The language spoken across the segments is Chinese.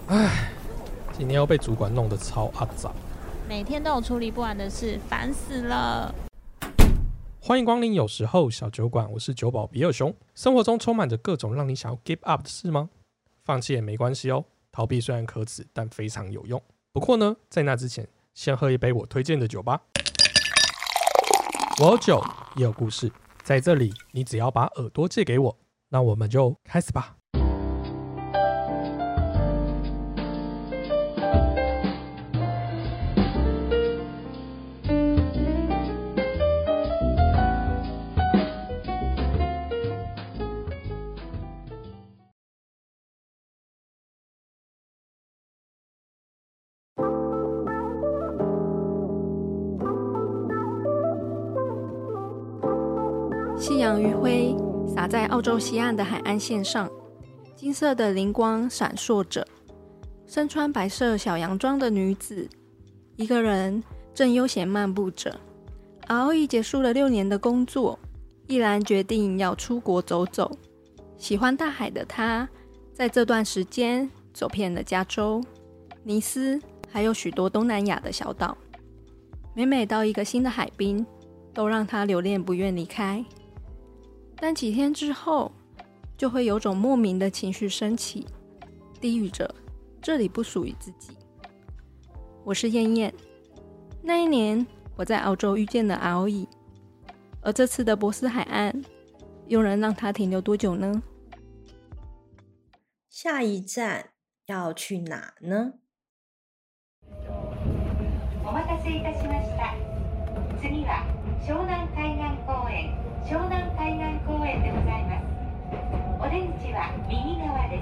唉，今天又被主管弄得超阿杂， 每天都有处理不完的事，烦死了。 欢迎光临有时候小酒馆，我是酒保比尔熊。生活中充满着各种让你想要 give up 的事吗？放弃也没关系哦，逃避虽然可耻，但非常有用。不过呢，在那之前，先喝一杯我推荐的酒吧。我有酒，也有故事，在这里，你只要把耳朵借给我，那我们就开始吧。 夕阳余晖洒在澳洲西岸的海岸线上，金色的灵光闪烁着。身穿白色小洋装的女子，一个人正悠闲漫步着。熬已结束了6年的工作，毅然决定要出国走走。喜欢大海的她，在这段时间走遍了加州、尼斯，还有许多东南亚的小岛。每到一个新的海滨，都让她留恋不愿离开。但几天之后，就会有种莫名的情绪升起，低语着这里不属于自己。我是燕燕，那一年我在澳洲遇见了ROE，而这次的博斯海岸又能让他停留多久呢？ 下一站要去哪呢？ お待たせいたしました。次は湘南海岸公園、湘南海岸公園でございます。お出口は右側です。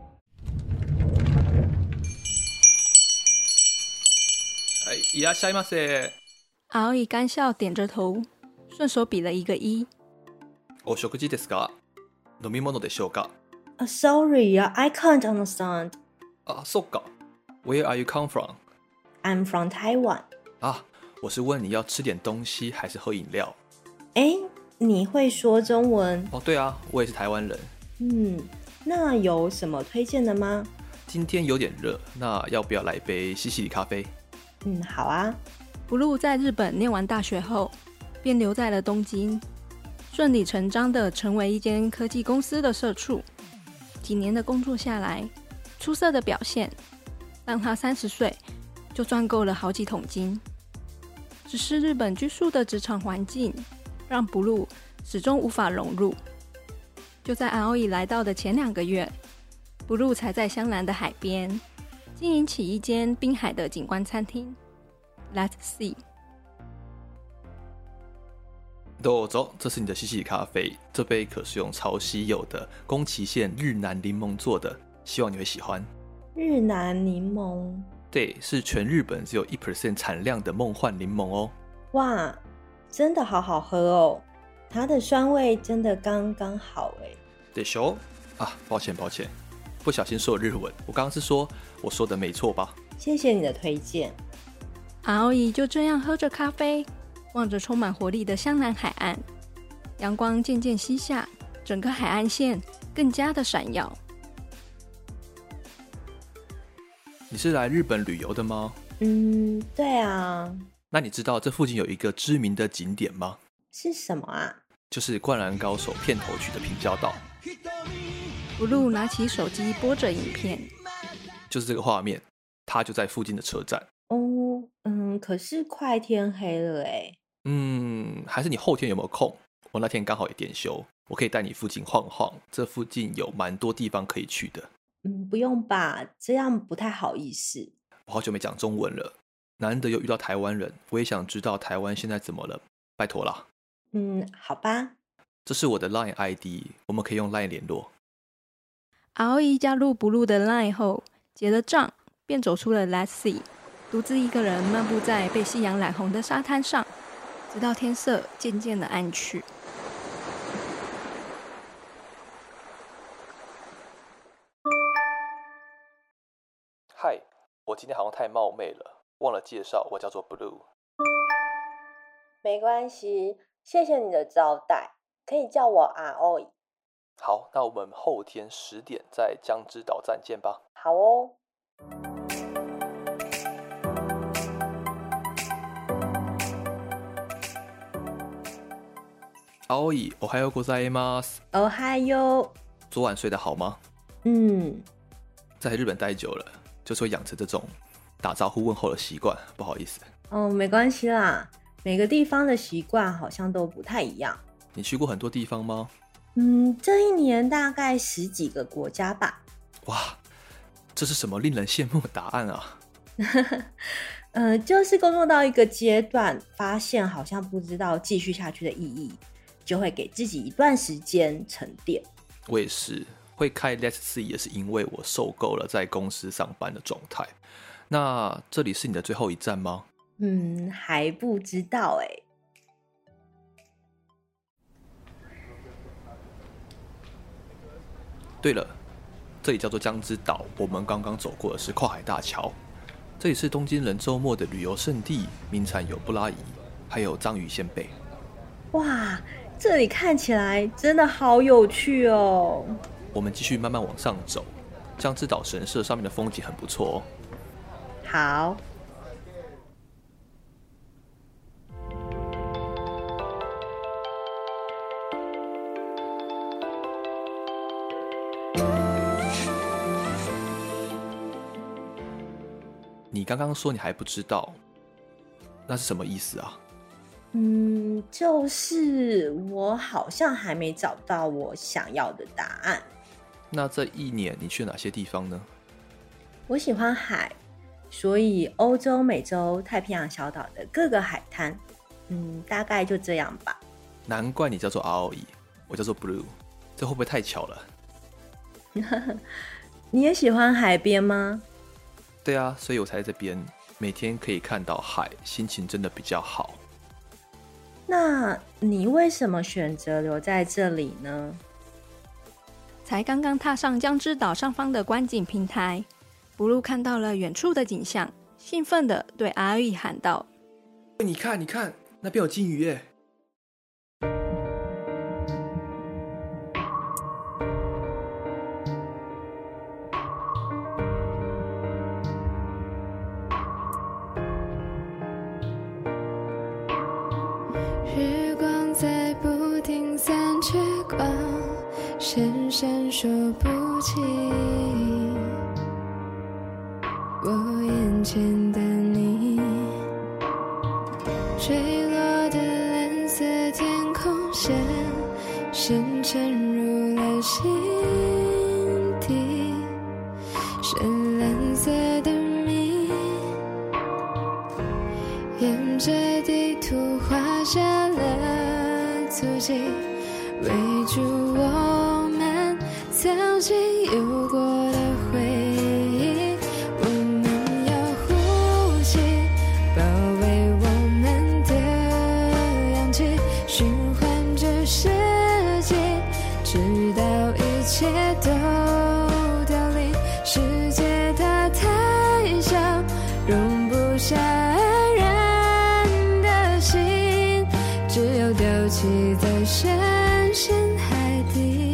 いらっしゃいませ。 ROE干笑点着头，顺手比了一个1。 お食事ですか？飲み物でしょうか？ Sorry, I can't understand. あ、そっか。Where are you come from? I'm from Taiwan. 啊，我是问你要吃点东西还是喝饮料？ 你会说中文？ 哦，对啊，我也是台湾人。 那有什么推荐的吗？ 今天有点热，那要不要来杯西西里咖啡？ 好啊。 Blue 在日本念完大学后，便留在了东京，顺理成章地成为一间科技公司的社畜。几年的工作下来，出色的表现让他30岁就赚够了好几桶金。只是日本拘束的职场环境让 Blue 始终无法融入。就在 ROE 来到的前2个月， Blue 才在香兰的海边经营起一间滨海的景观餐厅 Let's See。 どうぞ，这是你的西西里咖啡，这杯可是用超稀有的宫崎县日南柠檬做的，希望你会喜欢。 日南柠檬？ 对，是全日本只有1% 产量的梦幻柠檬哦。 哇，真的好好喝哦，它的酸味真的刚刚好耶。 でしょ？啊，抱歉，不小心说了日文，我刚刚是说我说的没错吧？ 谢谢你的推荐。 ROE 就这样喝着咖啡，望着充满活力的香南海岸，阳光渐渐西下，整个海岸线更加的闪耀。 你是来日本旅游的吗？ 对啊。 那你知道这附近有一个知名的景点吗？ 是什么啊？ 就是《灌篮高手》片头曲的平交道。 Blue 拿起手机播着影片， 就是这个画面，它就在附近的车站。 可是快天黑了耶。 还是你后天有没有空？我那天刚好也店休，我可以带你附近晃晃，这附近有蛮多地方可以去的。 不用吧，这样不太好意思。 我好久没讲中文了，难得有遇到台湾人，我也想知道台湾现在怎么了，拜托啦。 好吧。 这是我的 LINE ID， 我们可以用 LINE 联络。 ROE 加入 Blue 的 LINE 后，结了账，便走出了 Let's See， 独自一个人漫步在被夕阳染红的沙滩上，直到天色渐渐的暗去。 嗨，我今天好像太冒昧了，忘了介绍，我叫做 Blue。 没关系，谢谢你的招待，可以叫我ROE。 好，那我们后天10点在江之岛站见吧。 好哦。 青いおはようございます。 哦嗨哟， 昨晚睡得好吗？在日本待久了，就是会养成这种打招呼问候的习惯，不好意思。 哦，没关系啦，每个地方的习惯好像都不太一样。 你去过很多地方吗？ 这一年大概10几个国家吧。 哇，这是什么令人羡慕的答案啊？ 就是工作到一个阶段，发现好像不知道继续下去的意义，就会给自己一段时间沉淀。 我也是，会开 Let's See 也是因为我受够了在公司上班的状态。那这里是你的最后一站吗？ 还不知道欸。 对了，这里叫做江之岛，我们刚刚走过的是跨海大桥。这里是东京人周末的旅游胜地，名产有布拉伊，还有章鱼鲜贝。 哇，这里看起来真的好有趣哦。 我们继续慢慢往上走，江之岛神社上面的风景很不错哦。 好。 你刚刚说你还不知道，那是什么意思啊？ 就是我好像还没找到我想要的答案。 那这一年你去哪些地方呢？ 我喜欢海，所以欧洲、美洲、太平洋小岛的各个海滩，大概就这样吧。 难怪你叫做 ROE， 我叫做 Blue， 这会不会太巧了？ 你也喜欢海边吗？ 对啊，所以我才在这边，每天可以看到海，心情真的比较好。 那你为什么选择留在这里呢？ 才刚刚踏上江之岛上方的观景平台，布鲁看到了远处的景象，兴奋地对阿玉喊道：“ 你看，你看，那边有金鱼耶！” 日光在不停散去光线闪烁不清，我眼前的你，坠落的蓝色天空线深沉入了心底，深蓝色的谜，沿着地图画下了足迹，围住我们曾经有过的回忆。我们要呼吸，保卫我们的氧气，循环着世界，直到一切都凋零。世界它太小，容不下安然的心，只有丢弃在深深海底，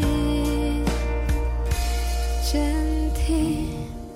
真谛。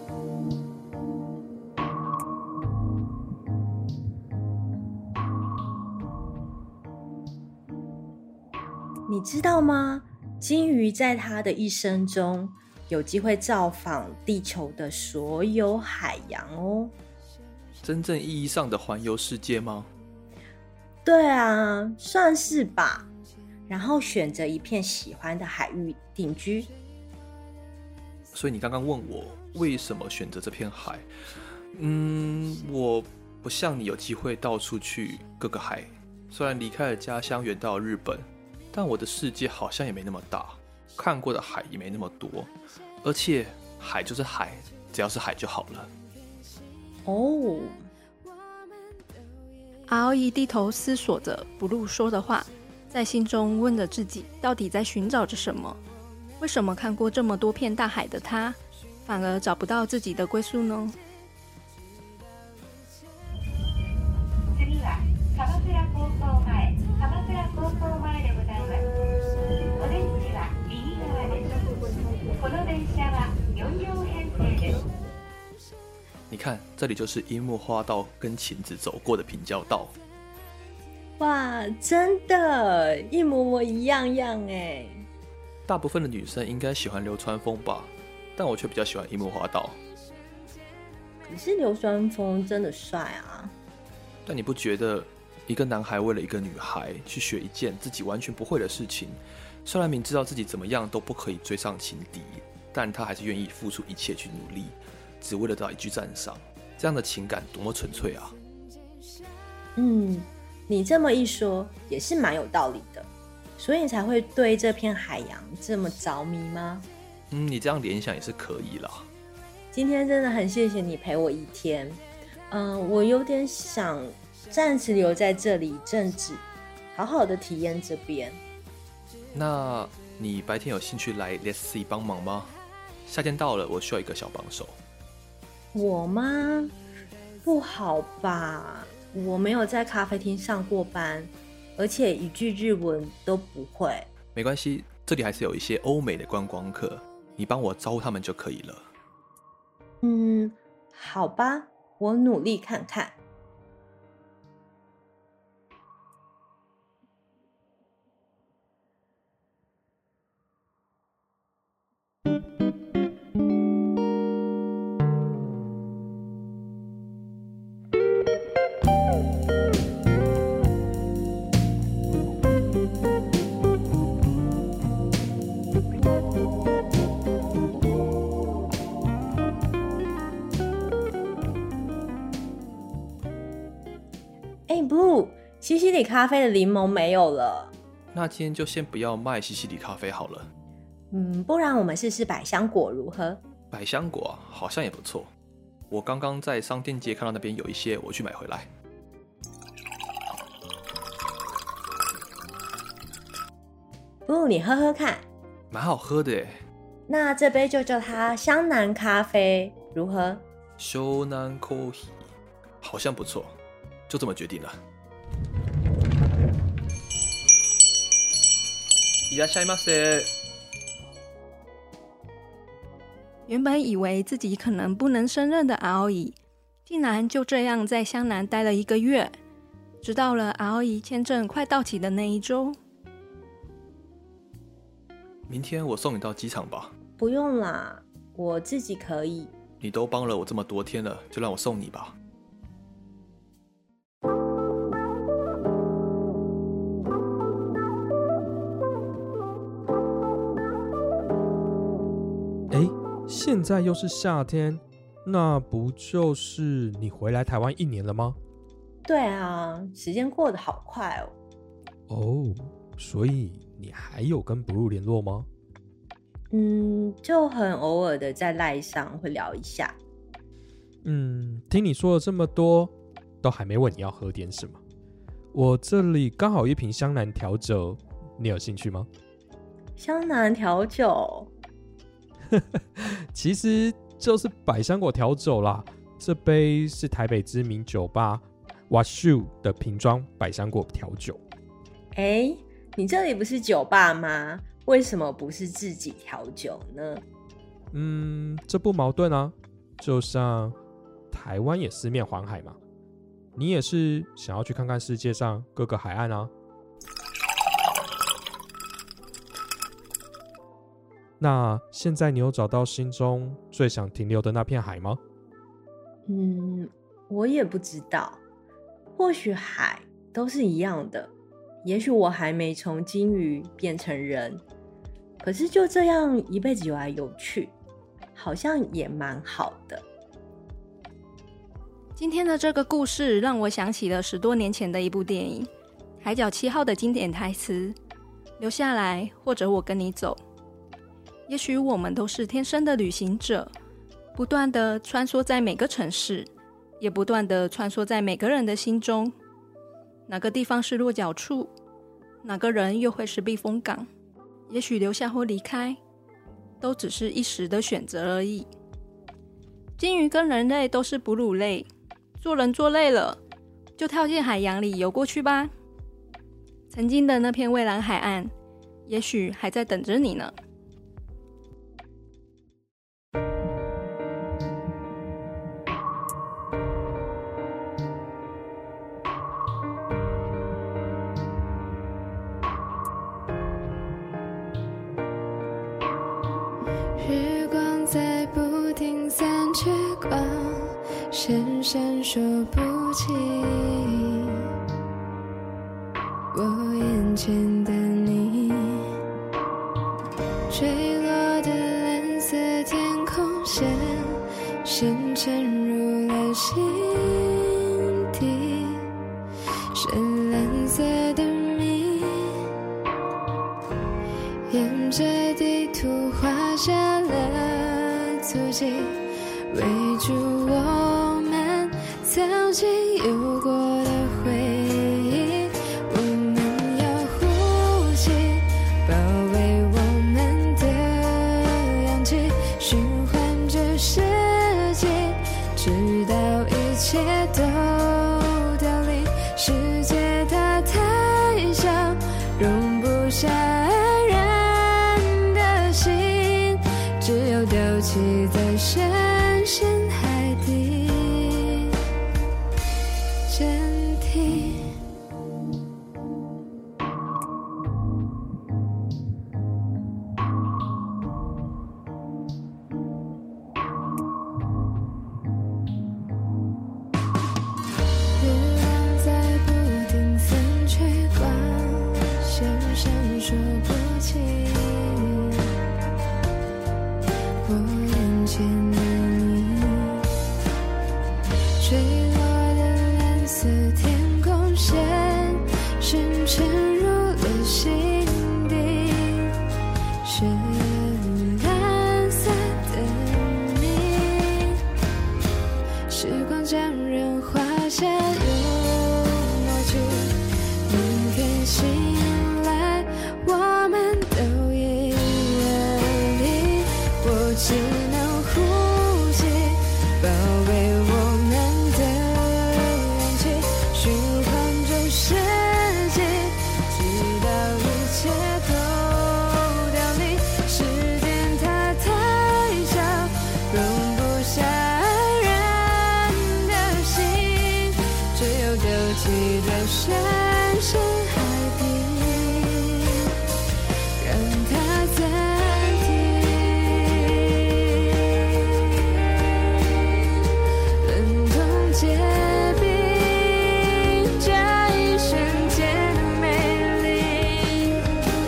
你知道吗？金鱼在它的一生中有机会造访地球的所有海洋哦。 真正意义上的环游世界吗？ 对啊，算是吧。然后选择一片喜欢的海域定居。 所以你刚刚问我为什么选择这片海，我不像你有机会到处去各个海，虽然离开了家乡远到了日本，但我的世界好像也没那么大，看过的海也没那么多，而且海就是海，只要是海就好了。 哦， 阿玉低头思索着布鲁说的话，在心中问着自己到底在寻找着什么？为什么看过这么多片大海的他，反而找不到自己的归宿呢？ 次は鎌倉高校前、鎌倉高校前でございます。お出口は右側です。この電車は4両編成です。 你看，这里就是樱木花道跟晴子走过的平交道。 哇，真的，一模模一样样哎。 大部分的女生应该喜欢流川枫吧，但我却比较喜欢樱木花道。 可是流川枫真的帅啊。 但你不觉得一个男孩为了一个女孩去学一件自己完全不会的事情，虽然明知道自己怎么样都不可以追上情敌，但他还是愿意付出一切去努力，只为了得到一句赞赏，这样的情感多么纯粹啊。 你这么一说也是蛮有道理的，所以你才会对这片海洋这么着迷吗？ 你这样联想也是可以啦。 今天真的很谢谢你陪我一天，我有点想暂时留在这里一阵子，好好的体验这边。 那你白天有兴趣来 Let's See 帮忙吗？夏天到了，我需要一个小帮手。 我吗？不好吧，我没有在咖啡厅上过班，而且一句日文都不会。 没关系，这里还是有一些欧美的观光客，你帮我招呼他们就可以了。 好吧，我努力看看。Blue， 西西里咖啡的柠檬没有了。 那今天就先不要卖西西里咖啡好了。 不然我们试试百香果如何？ 百香果好像也不错。我刚刚在商店街看到那边有一些，我去买回来。 Blue， 你喝喝看。 蛮好喝的耶。 那这杯就叫它湘南咖啡如何？ 湘南コーヒー好像不错。就这么决定了。いらっしゃいませ。 原本以为自己可能不能胜任的ROE，竟然就这样在湘南待了1个月，直到了ROE签证快到期的那一周。 明天我送你到机场吧。 不用啦，我自己可以。 你都帮了我这么多天了，就让我送你吧。 现在又是夏天，那不就是你回来台湾1年了吗？ 对啊，时间过得好快哦。 哦，所以你还有跟 Blue 联络吗？ 就很偶尔的在赖上会聊一下。 听你说了这么多，都还没问你要喝点什么。我这里刚好1瓶湘南调酒，你有兴趣吗？ 湘南调酒其实就是百香果调酒啦。这杯是台北知名酒吧 Washu 的瓶装百香果调酒。 你这里不是酒吧吗？为什么不是自己调酒呢？ 这不矛盾啊。就像台湾也四面环海嘛，你也是想要去看看世界上各个海岸啊。那现在你有找到心中最想停留的那片海吗？ 我也不知道，或许海都是一样的，也许我还没从鲸鱼变成人，可是就这样一辈子游来游去，好像也蛮好的。 今天的这个故事让我想起了10多年前的一部电影《海角7号》的经典台词：留下来，或者我跟你走。也许我们都是天生的旅行者，不断的穿梭在每个城市，也不断的穿梭在每个人的心中。哪个地方是落脚处，哪个人又会是避风港？也许留下或离开，都只是一时的选择而已。鲸鱼跟人类都是哺乳类，做人做累了，就跳进海洋里游过去吧。曾经的那片蔚蓝海岸，也许还在等着你呢。 却光闪闪烁不清，我眼前的你，坠落的蓝色天空线深沉入了心底，深蓝色的谜，沿着地图画下了足迹，围住我们曾经有过的回忆。我们要呼吸，保卫我们的氧气，循环这世界，直到一切都凋零。世界它太小，容不下爱人的心，只有丢弃在深深海底，真谛。月亮在不停散去光线闪烁不清，我眼前的你，坠落的蓝色天空线深沉入了心底，是蓝色的你，时光将人画下有默契，明天醒来我们都已远离，我只能呼吸，保卫我们的勇气，循环这世界，直到一切都凋零。时间它太小，容不下爱人的心，只有丢弃在深深海底，让它暂停。冷冻结冰，这一瞬间的美丽。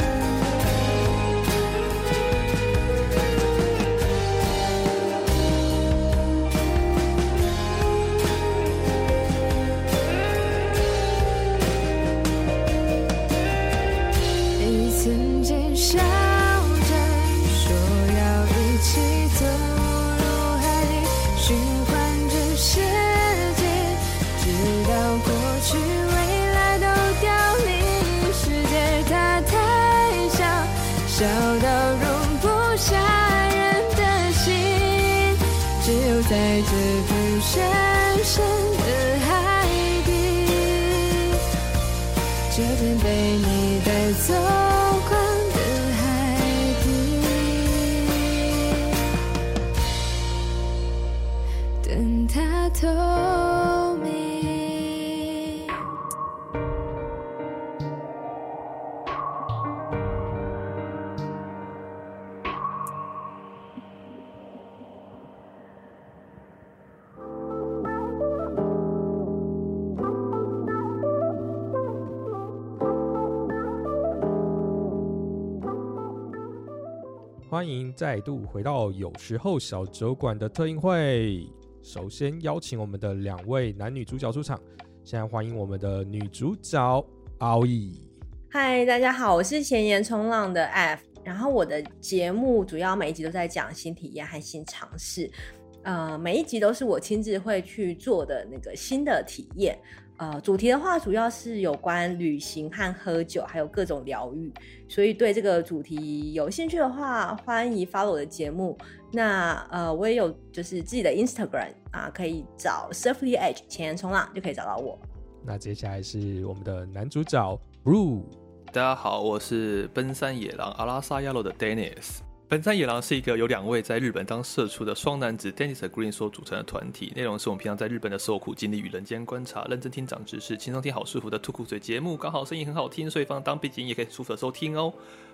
你曾经笑着说要一起走入海底，循环这世界，直到过去未来都凋零。世界它太小，小到容不下人的心，只有在这片深深的海底，这片被你带走光的海底，等它透明。 欢迎再度回到有时候小酒馆的特映会。首先邀请我们的2位男女主角出场，现在欢迎我们的女主角奥义。 嗨，大家好，我是前沿冲浪的 F， 然后我的节目主要每一集都在讲新体验和新尝试，每一集都是我亲自会去做的那个新的体验。主题的话主要是有关旅行和喝酒，还有各种疗愈，所以对这个主题有兴趣的话，欢迎 follow 我的节目。那我也有就是自己的 Instagram 可以找 Surfly Edge 前沿冲浪就可以找到我。 那接下来是我们的男主角 Blue。 大家好，我是奔山野狼阿拉萨亚罗的 Dennis。奔山野狼是一个由2位在日本当社畜的双男子 Dennis 和 Green 所组成的团体，内容是我们平常在日本的受苦经历与人间观察，认真听长知识，轻松听好舒服的吐苦水节目，刚好声音很好听，所以放当背景也可以舒服的收听哦。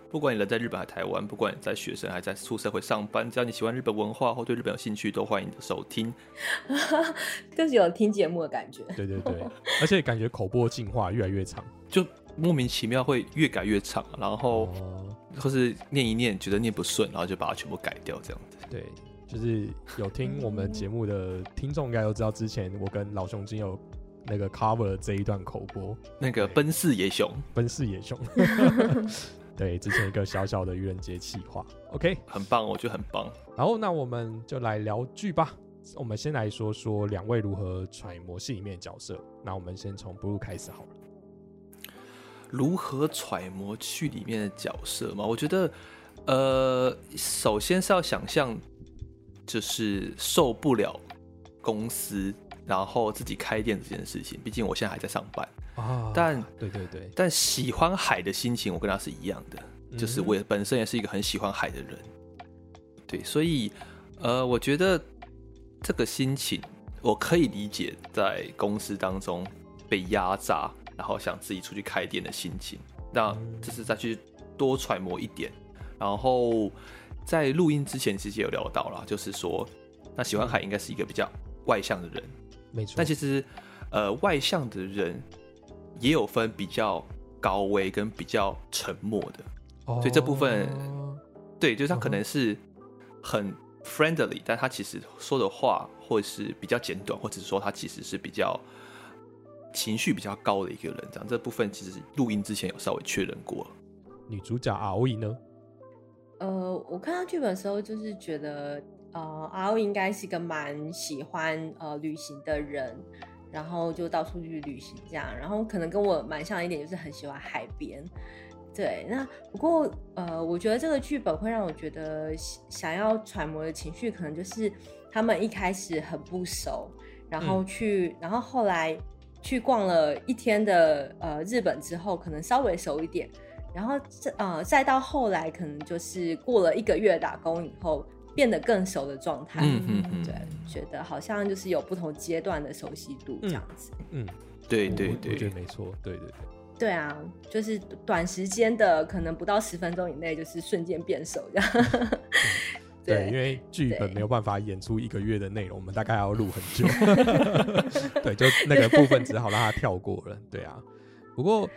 不管你人在日本还台湾，不管你在学生还在出社会上班，只要你喜欢日本文化或对日本有兴趣，都欢迎你的收听。 就是有听节目的感觉。 对对对，而且感觉口播进化越来越长， 就莫名其妙会越改越长，然后或是念一念觉得念不顺，然后就把它全部改掉这样子。 对，就是有听我们节目的听众应该都知道，之前我跟老熊精有那个 cover 这一段口播， 那个奔四野熊， 奔四野熊。对，之前一个小小的愚人节企划 ，OK， 很棒，我觉得很棒。 然后那我们就来聊剧吧。我们先来说说两位如何揣摩戏里面的角色。那我们先从 Blue 开始好了。 如何揣摩剧里面的角色嘛？我觉得，首先是要想象，就是受不了公司，然后自己开店这件事情。毕竟我现在还在上班啊，但对对对， 但喜欢海的心情，我跟他是一样的，就是我本身也是一个很喜欢海的人。对，所以我觉得这个心情我可以理解，在公司当中被压榨，然后想自己出去开店的心情。那这是再去多揣摩一点。然后在录音之前其实也有聊到啦，就是说，那喜欢海应该是一个比较外向的人， 没错。 但其实外向的人也有分比较高危跟比较沉默的，所以这部分对，就是他可能是很 friendly， 但他其实说的话或是比较简短，或者是说他其实是比较情绪比较高的一个人，这样这部分其实录音之前有稍微确认过。 女主角阿欧伊呢？ 我看到剧本的时候，就是觉得阿欧应该是个蛮喜欢旅行的人，然后就到处去旅行这样，然后可能跟我蛮像一点，就是很喜欢海边。对，那不过我觉得这个剧本会让我觉得想要揣摩的情绪，可能就是他们一开始很不熟，然后然后后来去逛了一天的日本之后，可能稍微熟一点，然后再到后来可能就是过了1个月打工以后，变得更熟的状态。对，觉得好像就是有不同阶段的熟悉度这样子。 对对对， 我觉得没错，对对对。 对啊，就是短时间的，可能不到10分钟以内，就是瞬间变熟这样。 对，因为剧本没有办法演出1个月的内容，我们大概要录很久。对，就那个部分只好让他跳过了。对啊，不过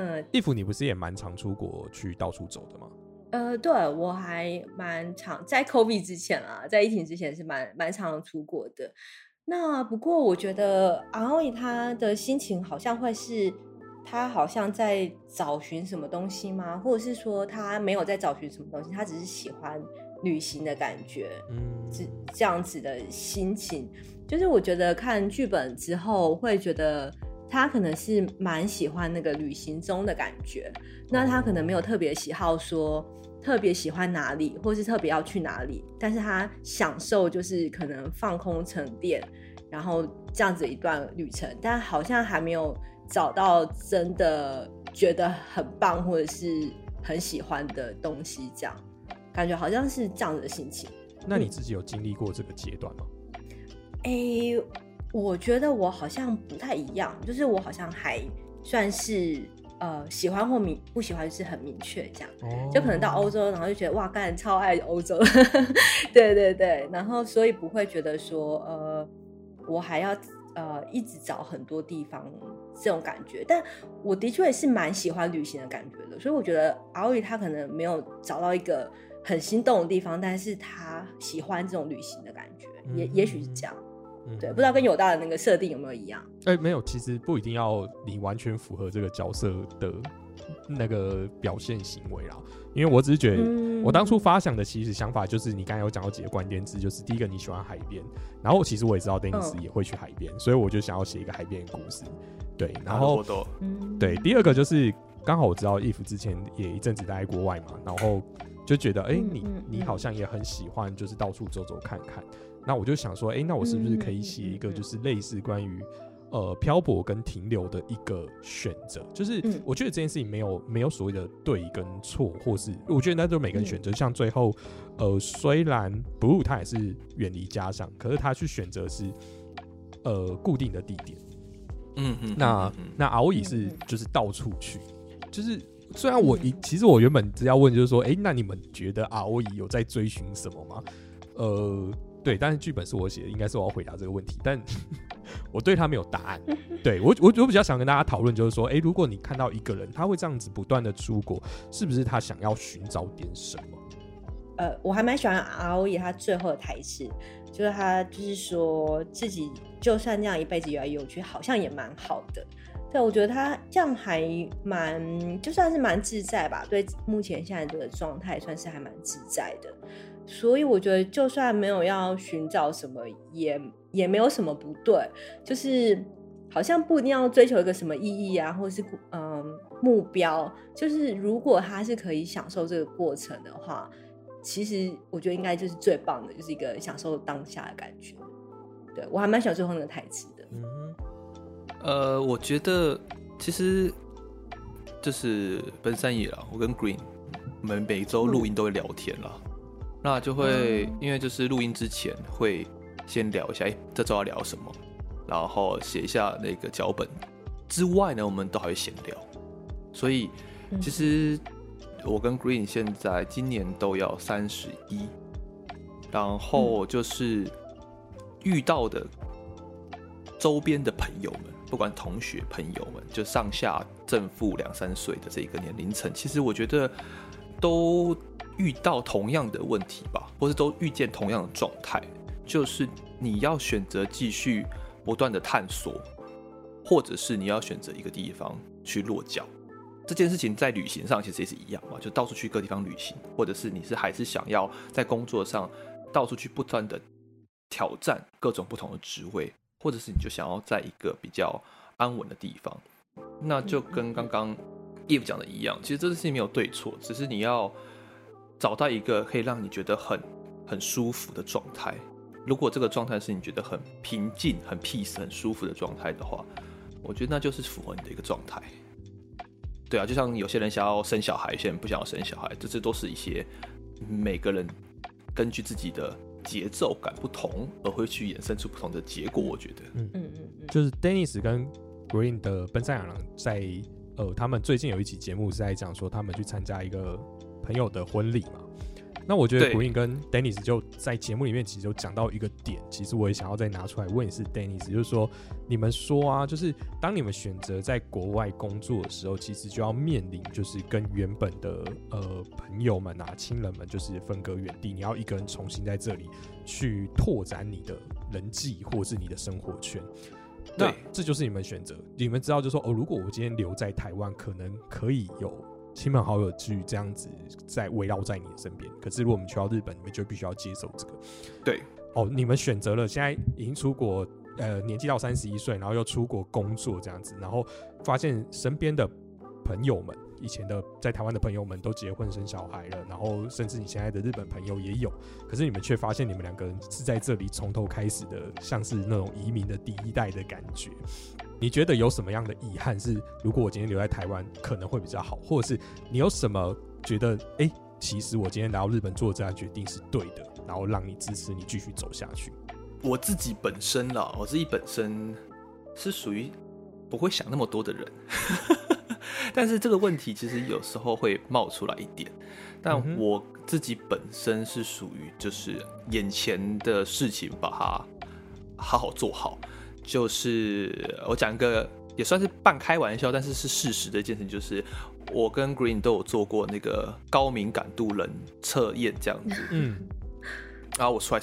If 你不是也蛮常出国去到处走的吗？ 对，我还蛮常在 COVID 之前啊，在疫情之前是蛮常出国的。那不过我觉得阿欧伊他的心情好像会是，他好像在找寻什么东西吗？或者是说他没有在找寻什么东西，他只是喜欢旅行的感觉，这样子的心情。就是我觉得看剧本之后会觉得他可能是蛮喜欢那个旅行中的感觉，那他可能没有特别喜好说特别喜欢哪里，或是特别要去哪里，但是他享受就是可能放空沉淀，然后这样子一段旅程，但好像还没有找到真的觉得很棒或者是很喜欢的东西，这样感觉好像是这样子的心情。 那你自己有经历过这个阶段吗？ 我觉得我好像不太一样，就是我好像还算是喜欢或不喜欢是很明确这样，就可能到欧洲，然后就觉得哇，干超爱欧洲，对对对，然后所以不会觉得说我还要一直找很多地方这种感觉，但我的确是蛮喜欢旅行的感觉的，所以我觉得阿宇他可能没有找到一个很心动的地方，但是他喜欢这种旅行的感觉，也许是这样。对，不知道跟友大的那个设定有没有一样？ 没有，其实不一定要你完全符合这个角色的那个表现行为啦。因为我只是觉得，我当初发想的其实想法就是你刚才有讲到几个关键字，就是第一个你喜欢海边，然后其实我也知道 Dennis 也会去海边，所以我就想要写一个海边的故事。对，然后对，第二个就是刚好我知道 If 之前也一阵子待在国外嘛，然后就觉得你好像也很喜欢就是到处走走看看。那我就想说，那我是不是可以写一个就是类似关于漂泊跟停留的一个选择？就是我觉得这件事情没有所谓的对跟错，或是我觉得那就每个人选择。像最后虽然 Blue 他也是远离家乡，可是他去选择是固定的地点。那阿欧伊是就是到处去，就是虽然其实我原本只要问就是说，那你们觉得 ROE 有在追寻什么吗？对，但是剧本是我写的，应该是我要回答这个问题，但我对他没有答案。对，我比较想跟大家讨论，就是说，如果你看到一个人他会这样子不断的出国，是不是他想要寻找点什么？ 我还蛮喜欢 ROE 他最后的台词，就是他就是说自己就算这样一辈子有来有去，好像也蛮好的。对，我觉得他这样还就算是蛮自在吧，对目前现在这个状态算是还蛮自在的。所以我觉得就算没有要寻找什么，也没有什么不对，就是好像不一定要追求一个什么意义啊，或是目标，就是如果他是可以享受这个过程的话，其实我觉得应该就是最棒的，就是一个享受当下的感觉。对，我还蛮喜欢最后那个台词的。 我觉得其实就是奔三野啦，我跟 Green 我们每周录音都会聊天啦。那就会因为就是录音之前会先聊一下，这周要聊什么，然后写一下那个脚本之外呢，我们都还会闲聊。所以其实我跟 Green 现在今年都要31，然后就是遇到的周边的朋友们，不管同学朋友们，就上下正负2-3岁的这个年龄层，其实我觉得都遇到同样的问题吧，或是都遇见同样的状态，就是你要选择继续不断的探索，或者是你要选择一个地方去落脚。这件事情在旅行上其实也是一样嘛，就到处去各地方旅行，或者是你还是想要在工作上到处去不断的挑战各种不同的职位，或者是你就想要在一个比较安稳的地方。那就跟刚刚 Eve 讲的一样，其实这件事情没有对错，只是你要找到一个可以让你觉得很舒服的状态。如果这个状态是你觉得很平静、很 peace、很舒服的状态的话，我觉得那就是符合你的一个状态。对啊，就像有些人想要生小孩，有些人不想要生小孩，这都是一些每个人根据自己的节奏感不同而会去衍生出不同的结果。我觉得， 就是 Dennis 跟 Green 的奔山野郎在他们最近有一期节目是在讲说他们去参加一个朋友的婚礼嘛。那我觉得 Green 跟 Dennis 就在节目里面其实就讲到一个点，其实我也想要再拿出来问一次 Dennis， 就是说你们说啊，就是当你们选择在国外工作的时候，其实就要面临就是跟原本的朋友们啊、亲人们就是分隔远地，你要一个人重新在这里去拓展你的人际或是你的生活圈。那这就是你们选择，你们知道就是说如果我今天留在台湾，可能可以有亲朋好友去这样子在围绕在你的身边，可是如果我们去到日本，你们就必须要接受这个。 对， 你们选择了现在已经出国，年纪到31岁，然后又出国工作这样子，然后发现身边的朋友们，以前的在台湾的朋友们都结婚生小孩了，然后甚至你现在的日本朋友也有，可是你们却发现你们两个人是在这里从头开始的，像是那种移民的第一代的感觉。你觉得有什么样的遗憾是如果我今天留在台湾可能会比较好，或者是你有什么觉得其实我今天来到日本做这样决定是对的，然后让你支持你继续走下去？ 我自己本身是属于不会想那么多的人但是这个问题其实有时候会冒出来一点，但我自己本身是属于就是眼前的事情把它好好做好。就是我讲一个也算是半开玩笑，但是是事实的一件事情，就是我跟 Green 都有做过那个高敏感度人测验这样子。然后我出来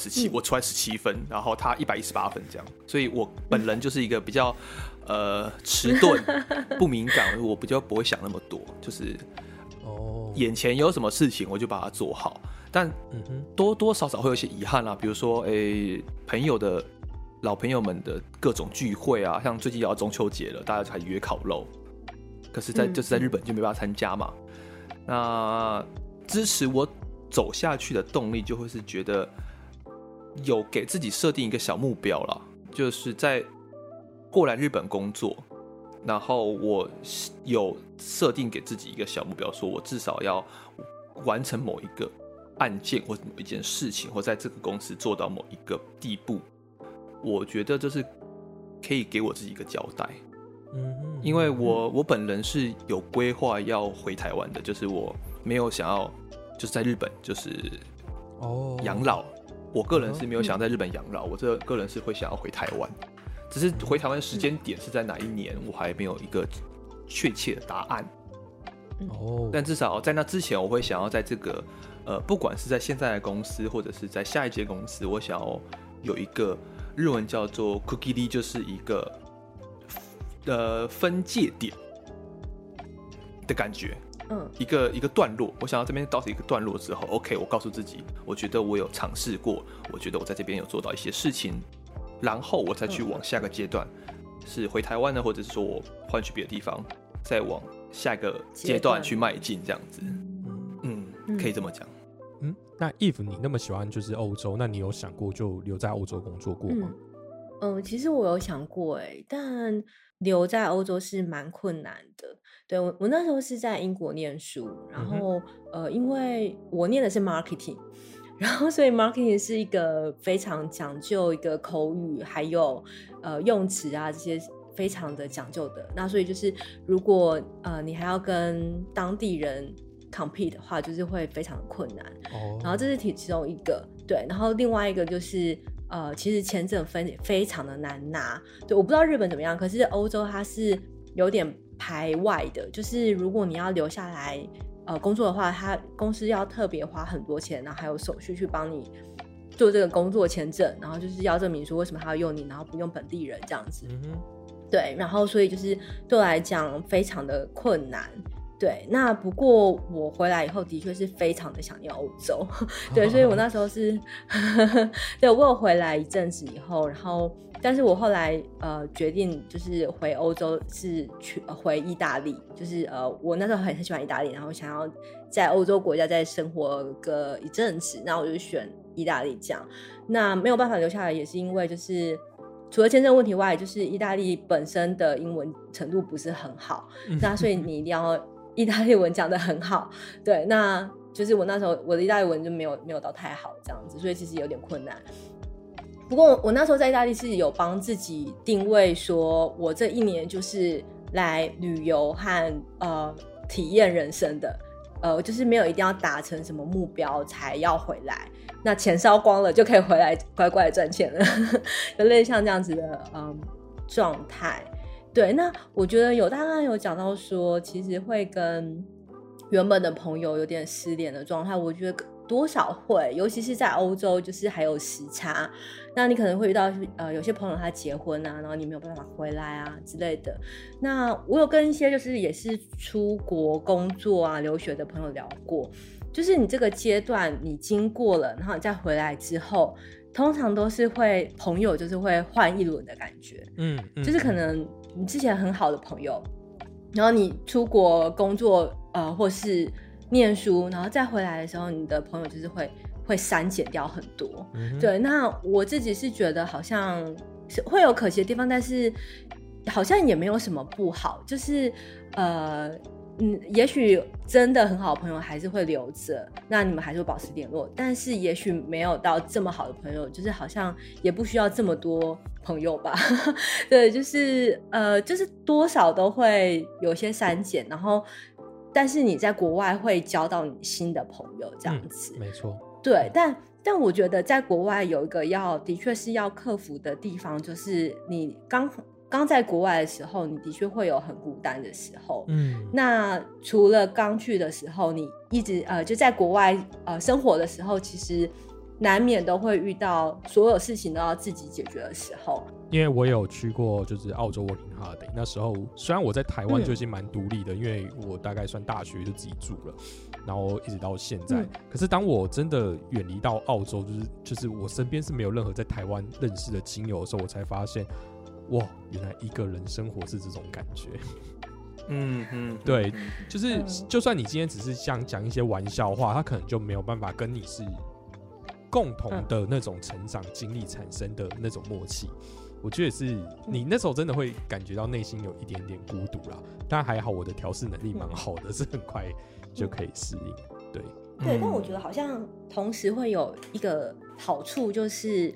17分，然后他118分这样，所以我本人就是一个比较迟钝、不敏感，我比较不会想那么多，就是眼前有什么事情我就把它做好，但多多少少会有一些遗憾啦，比如说老朋友们的各种聚会啊，像最近要中秋节了，大家才约烤肉，可是就是在日本就没办法参加嘛。那支持我走下去的动力就会是觉得有给自己设定一个小目标啦，就是在过来日本工作，然后我有设定给自己一个小目标，说我至少要完成某一个案件或某一件事情，或在这个公司做到某一个地步。我觉得这是可以给我自己一个交代。 因为我本人是有规划要回台湾的，就是我没有想要就是在日本就是养老，我个人是没有想在日本养老，我这个人是会想要回台湾，只是回台湾时间点是在哪一年，我还没有一个确切的答案。但至少在那之前，我会想要在这个不管是在现在的公司，或者是在下一届公司，我想要有一个日文叫做 Kukiri， 就是一个分界点的感觉。一个段落，我想要这边到一个段落之后 ，OK， 我告诉自己，我觉得我有尝试过，我觉得我在这边有做到一些事情，然后我再去往下个阶段，是回台湾呢，或者是说我换去别的地方，再往下一个阶段去迈进，这样子。可以这么讲。 那 Eve 你那么喜欢就是欧洲，那你有想过就留在欧洲工作过吗？ 其实我有想过但留在欧洲是蛮困难的。对，我那时候是在英国念书，然后因为我念的是 marketing， 然后所以 marketing 是一个非常讲究一个口语还有用词啊这些非常的讲究的。那所以就是如果你还要跟当地人 compete 的话，就是会非常的困难。然后这是其中一个。对，然后另外一个就是其实签证非常的难拿。对，我不知道日本怎么样，可是欧洲它是有点排外的，就是如果你要留下来工作的话，它公司要特别花很多钱，然后还有手续去帮你做这个工作签证，然后就是要证明说为什么他要用你，然后不用本地人这样子。对，然后所以就是对我来讲非常的困难。对，那不过我回来以后的确是非常的想念欧洲。对，所以我那时候是对，我有回来一阵子以后，然后但是我后来决定就是回欧洲是回意大利，就是我那时候很喜欢意大利，然后想要在欧洲国家再生活个一阵子，那我就选意大利这样。那没有办法留下来也是因为就是除了签证问题外，就是意大利本身的英文程度不是很好，那所以你一定要意大利文讲得很好。对，那就是我那时候我的意大利文就没有到太好这样子，所以其实有点困难。不过我那时候在意大利是有帮自己定位说我这一年就是来旅游和体验人生的，就是没有一定要达成什么目标才要回来，那钱烧光了就可以回来乖乖的赚钱了有类似像这样子的状态。对，那我觉得大概有讲到说其实会跟原本的朋友有点失联的状态，我觉得多少会，尤其是在欧洲就是还有时差，那你可能会遇到有些朋友他结婚啊，然后你没有办法回来啊之类的。那我有跟一些就是也是出国工作啊留学的朋友聊过，就是你这个阶段你经过了，然后你再回来之后通常都是会朋友就是会换一轮的感觉。就是可能你之前很好的朋友，然后你出国工作或是念书，然后再回来的时候你的朋友就是会删减掉很多。对，那我自己是觉得好像是会有可惜的地方，但是好像也没有什么不好，就是也许真的很好的朋友还是会留着，那你们还是会保持联络，但是也许没有到这么好的朋友，就是好像也不需要这么多朋友吧对，就是多少都会有些删减，然后但是你在国外会交到你新的朋友这样子。 没错。 对，但我觉得在国外有一个的确是要克服的地方，就是你刚在国外的时候，你的确会有很孤单的时候。那除了刚去的时候，你一直就在国外生活的时候，其实难免都会遇到所有事情都要自己解决的时候。 因为我有去过就是澳洲 working holiday， 那时候虽然我在台湾就已经蛮独立的，因为我大概算大学就自己住了，然后一直到现在。可是当我真的远离到澳洲，就是我身边是没有任何在台湾认识的亲友的时候，我才发现哇，原来一个人生活是这种感觉。对，就是就算你今天只是想讲一些玩笑话，他可能就没有办法跟你是共同的那种成长经历产生的那种默契。我觉得是你那时候真的会感觉到内心有一点点孤独啦，但还好我的调适能力蛮好的，是很快就可以适应。对， 但我觉得好像同时会有一个好处，就是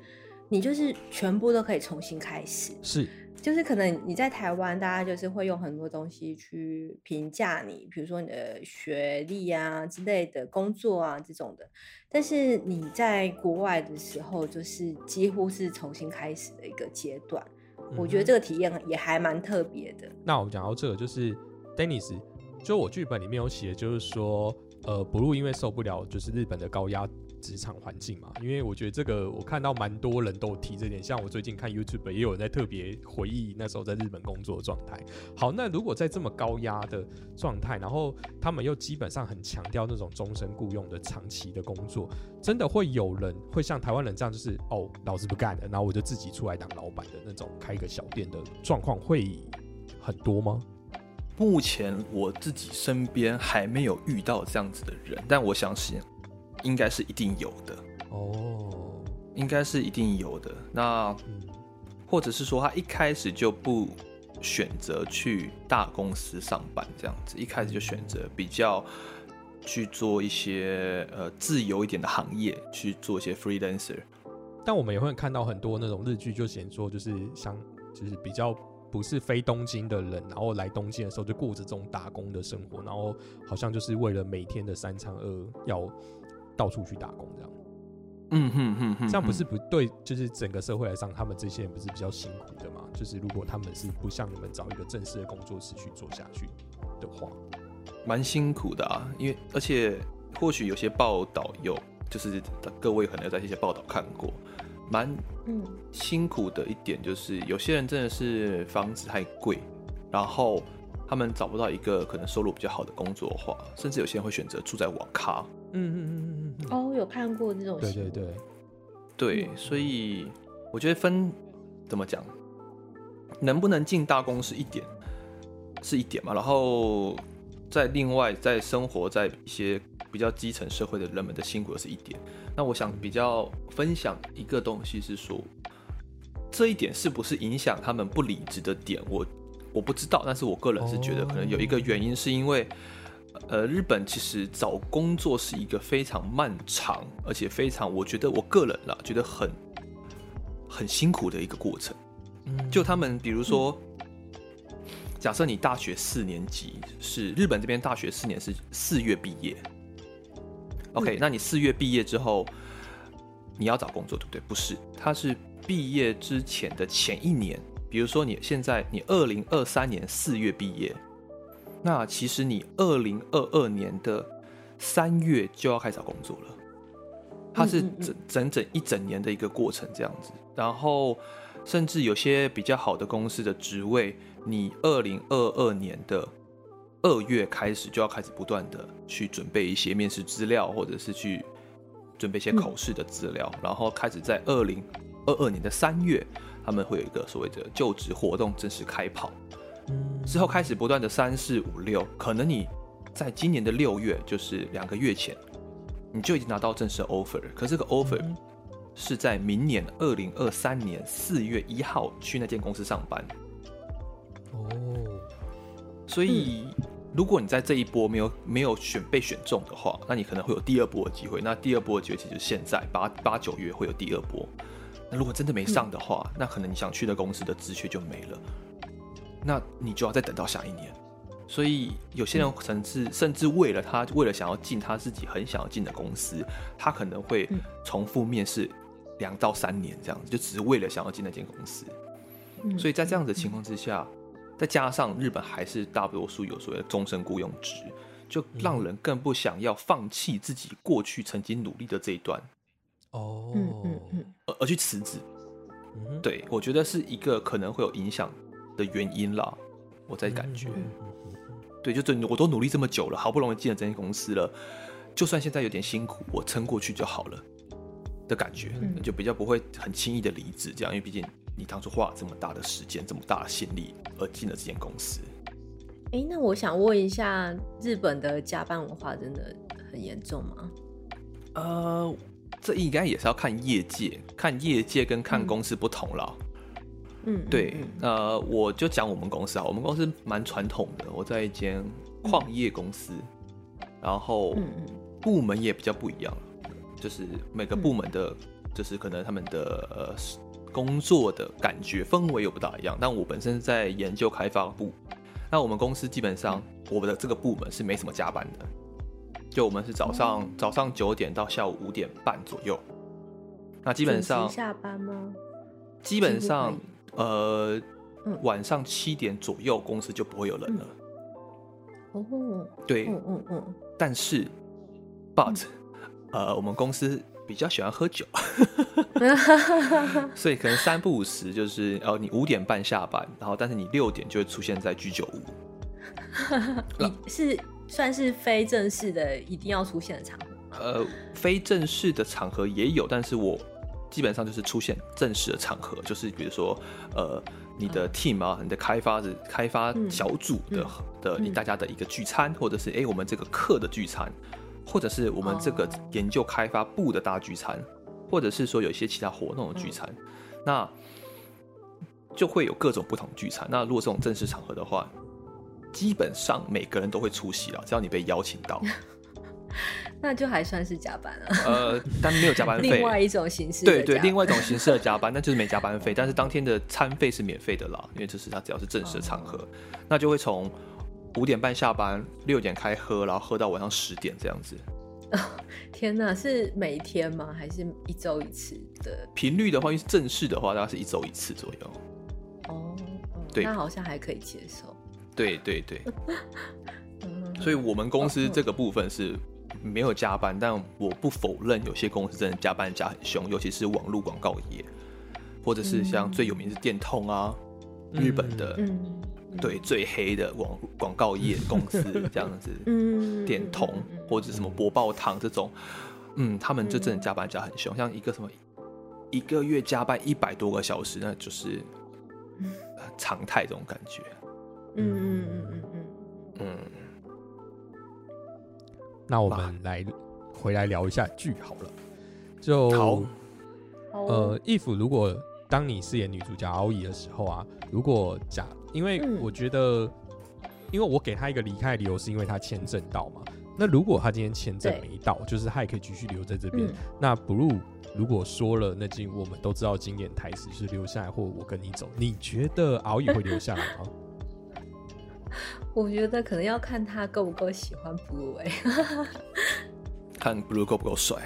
你就是全部都可以重新开始。 是， 就是可能你在台湾，大家就是会用很多东西去评价你，比如说你的学历啊之类的，工作啊这种的。但是你在国外的时候，就是几乎是重新开始的一个阶段。我觉得这个体验也还蛮特别的。 那我们讲到这个，就是 Dennis， 就我剧本里面有写，就是说Blue 因为受不了就是日本的高压职场环境嘛，因为我觉得这个我看到蛮多人都有提这点，像我最近看 YouTube 也有人在特别回忆那时候在日本工作的状态。好，那如果在这么高压的状态，然后他们又基本上很强调那种终身雇佣的长期的工作，真的会有人会像台湾人这样，就是老子不干了，然后我就自己出来当老板的那种开一个小店的状况会很多吗？ 目前我自己身边还没有遇到这样子的人，但我相信应该是一定有的哦，应该是一定有的。那或者是说他一开始就不选择去大公司上班，这样子一开始就选择比较去做一些自由一点的行业，去做一些 freelancer。 但我们也会看到很多那种日剧，就显说就是就是比较不是非东京的人，然后来东京的时候就过着这种打工的生活，然后好像就是为了每天的3餐要到处去打工这样。这样不是不对，就是整个社会来上，他们这些人不是比较辛苦的吗？就是如果他们是不像你们找一个正式的工作室去做下去的话， 蛮辛苦的啊。因为而且或许有些报道就是各位可能有在一些报道看过，蛮辛苦的一点就是有些人真的是房子太贵，然后他们找不到一个可能收入比较好的工作的话，甚至有些人会选择住在网咖。 有看过这种。 对，所以我觉得怎么讲，能不能进大公司是一点嘛，然后另外在生活在一些比较基层社会的人们的辛苦的是一点。那我想比较分享一个东西是说，这一点是不是影响他们不理智的点，我不知道，但是我个人是觉得可能有一个原因是因为日本其实找工作是一个非常漫长，而且非常我觉得我个人啦觉得很辛苦的一个过程。就他们比如说假设你大学4年级，是日本这边大学4年是4月毕业，OK， 那你4月毕业之后你要找工作对不对？不是，它是毕业之前的前一年。比如说你2023年4月毕业，那其实你2022年的3月就要开始找工作了，它是整一整年的一个过程这样子。然后甚至有些比较好的公司的职位，你2022年的2月开始就要开始不断的去准备一些面试资料，或者是去准备一些口试的资料，然后开始在2022年的3月，他们会有一个所谓的就职活动正式开跑。之后开始不断的3、4、5、6，可能你在今年的6月，就是2个月前，你就已经拿到正式 offer， 可是这个 offer 是在明年2023年4月1号去那间公司上班。所以如果你在这一波没有被选中的话，那你可能会有第2波的机会。那第2波的机会其实就是现在8、9月会有第2波。那如果真的没上的话，那可能你想去的公司的职缺就没了，那你就要再等到下一年。所以有些人甚至为了想要进他自己很想要进的公司，他可能会重复面试2到3年这样子，就只是为了想要进那间公司。所以在这样的情况之下，再加上日本还是大多数有所谓的终身雇佣制，就让人更不想要放弃自己过去曾经努力的这一段而去辞职。对，我觉得是一个可能会有影响的原因啦，我在感觉。对，就我都努力这么久了，好不容易进了这间公司了，就算现在有点辛苦，我撑过去就好了的感觉，就比较不会很轻易的离职这样，因为毕竟你当初花了这么大的时间、这么大的心力而进了这间公司。 那我想问一下，日本的加班文化真的很严重吗？ 这应该也是要看业界跟看公司不同啦。对，我就讲我们公司啊，我们公司蛮传统的，我在一间矿业公司，然后部门也比较不一样，就是每个部门的就是可能他们的工作的感觉氛围又不大一样。但我本身是在研究开发部，那我们公司基本上我们的这个部门是没什么加班的，就我们是早上9点到下午5点半左右。那基本上准时下班吗？ 基本上晚上7点左右公司就不会有人了。对，但是 but 我们公司比较喜欢喝酒，所以可能3不5时就是你5点半下班，然后但是你6点就会出现在居酒屋。 是算是非正式的一定要出现的场合吗？ 非正式的场合也有，但是我基本上就是出现正式的场合，就是比如说你的 team 啊，你的开发小组的大家的一个聚餐，或者是我们这个课的聚餐，或者是我们这个研究开发部的大聚餐，或者是说有一些其他活动的聚餐，那就会有各种不同聚餐。那如果这种正式场合的话，基本上每个人都会出席了，只要你被邀请到。 那就还算是加班啊。 但没有加班费。 另外一种形式的加班。 对，另外一种形式的加班，那就是没加班费，但是当天的餐费是免费的啦，因为这是它只要是正式的场合，那就会从5点半下班，6点开喝，然后喝到晚上10点这样子。 天哪，是每一天吗？还是1周1次的？ 频率的话，因为是正式的话，大概是1周1次左右。对， 那好像还可以接受。 对。所以我们公司这个部分是没有加班，但我不否认有些公司真的加班加很凶，尤其是网络广告业，或者是像最有名是电通啊，日本的，对，最黑的广告业公司这样子，电通或者什么博报堂这种，他们就真的加班加很凶，像一个什么1个月加班100多个小时，那就是常态这种感觉。 那我们回来聊一下剧好了。就好 ，if 如果当你饰演女主角敖乙的时候啊，如果因为我觉得，因为我给他一个离开的理由是因为他签证到嘛。那如果他今天签证没到，就是他也可以继续留在这边。那 Blue 如果说了那句我们都知道经典台词是留下来或我跟你走，你觉得敖乙会留下来吗？ 我觉得可能要看他够不够喜欢 Blue 看 Blue 够不够帅。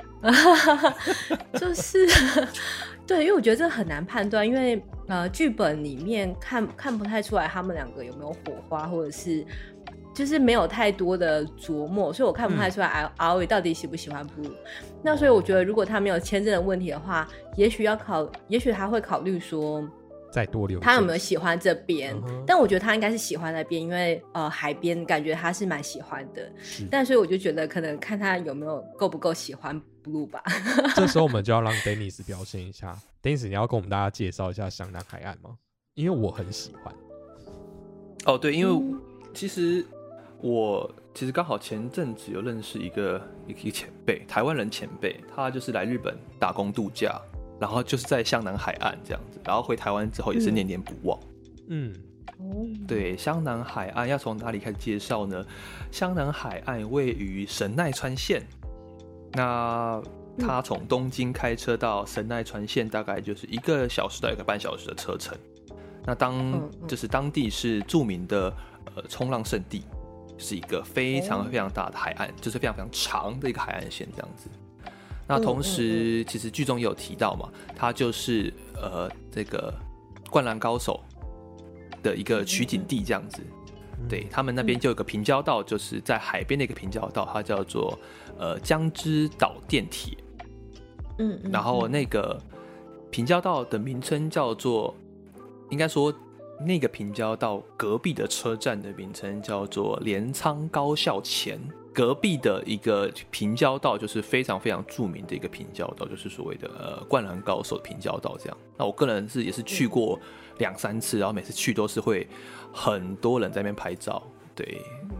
就是对，因为我觉得这很难判断，因为剧本里面看不太出来他们两个有没有火花，或者是就是没有太多的琢磨，所以我看不太出来敖乙到底喜不喜欢 Blue。那所以我觉得如果他没有签证的问题的话，也许他会考虑说再多留， 他有没有喜欢这边？但我觉得他应该是喜欢那边，因为海边感觉他是蛮喜欢的。但所以我就觉得可能看他有没有够不够喜欢 Blue 吧。 这时候我们就要让 Dennis 表现一下。Dennis， 你要跟我们大家介绍一下湘南海岸吗？因为我很喜欢。 对，因为其实我刚好前阵子有认识一个前辈，台湾人前辈，他就是来日本打工度假。然后就是在湘南海岸这样子，然后回台湾之后也是念念不忘。对，湘南海岸要从哪里开始介绍呢？湘南海岸位于神奈川县，那它从东京开车到神奈川县大概就是1个小时到1个半小时的车程。那就是当地是著名的冲浪圣地，是一个非常非常大的海岸，就是非常非常长的一个海岸线这样子。那同时，其实剧中也有提到嘛，它就是这个《灌篮高手》的一个取景地这样子。对，他们那边就有个平交道，就是在海边的一个平交道，它叫做江之岛电铁。然后那个平交道的名称叫做，应该说那个平交道隔壁的车站的名称叫做镰仓高校前。隔壁的一个平交道就是非常非常著名的一个平交道，就是所谓的灌篮高手的平交道这样。那我个人也是去过2-3次，然后每次去都是会很多人在那边拍照。对，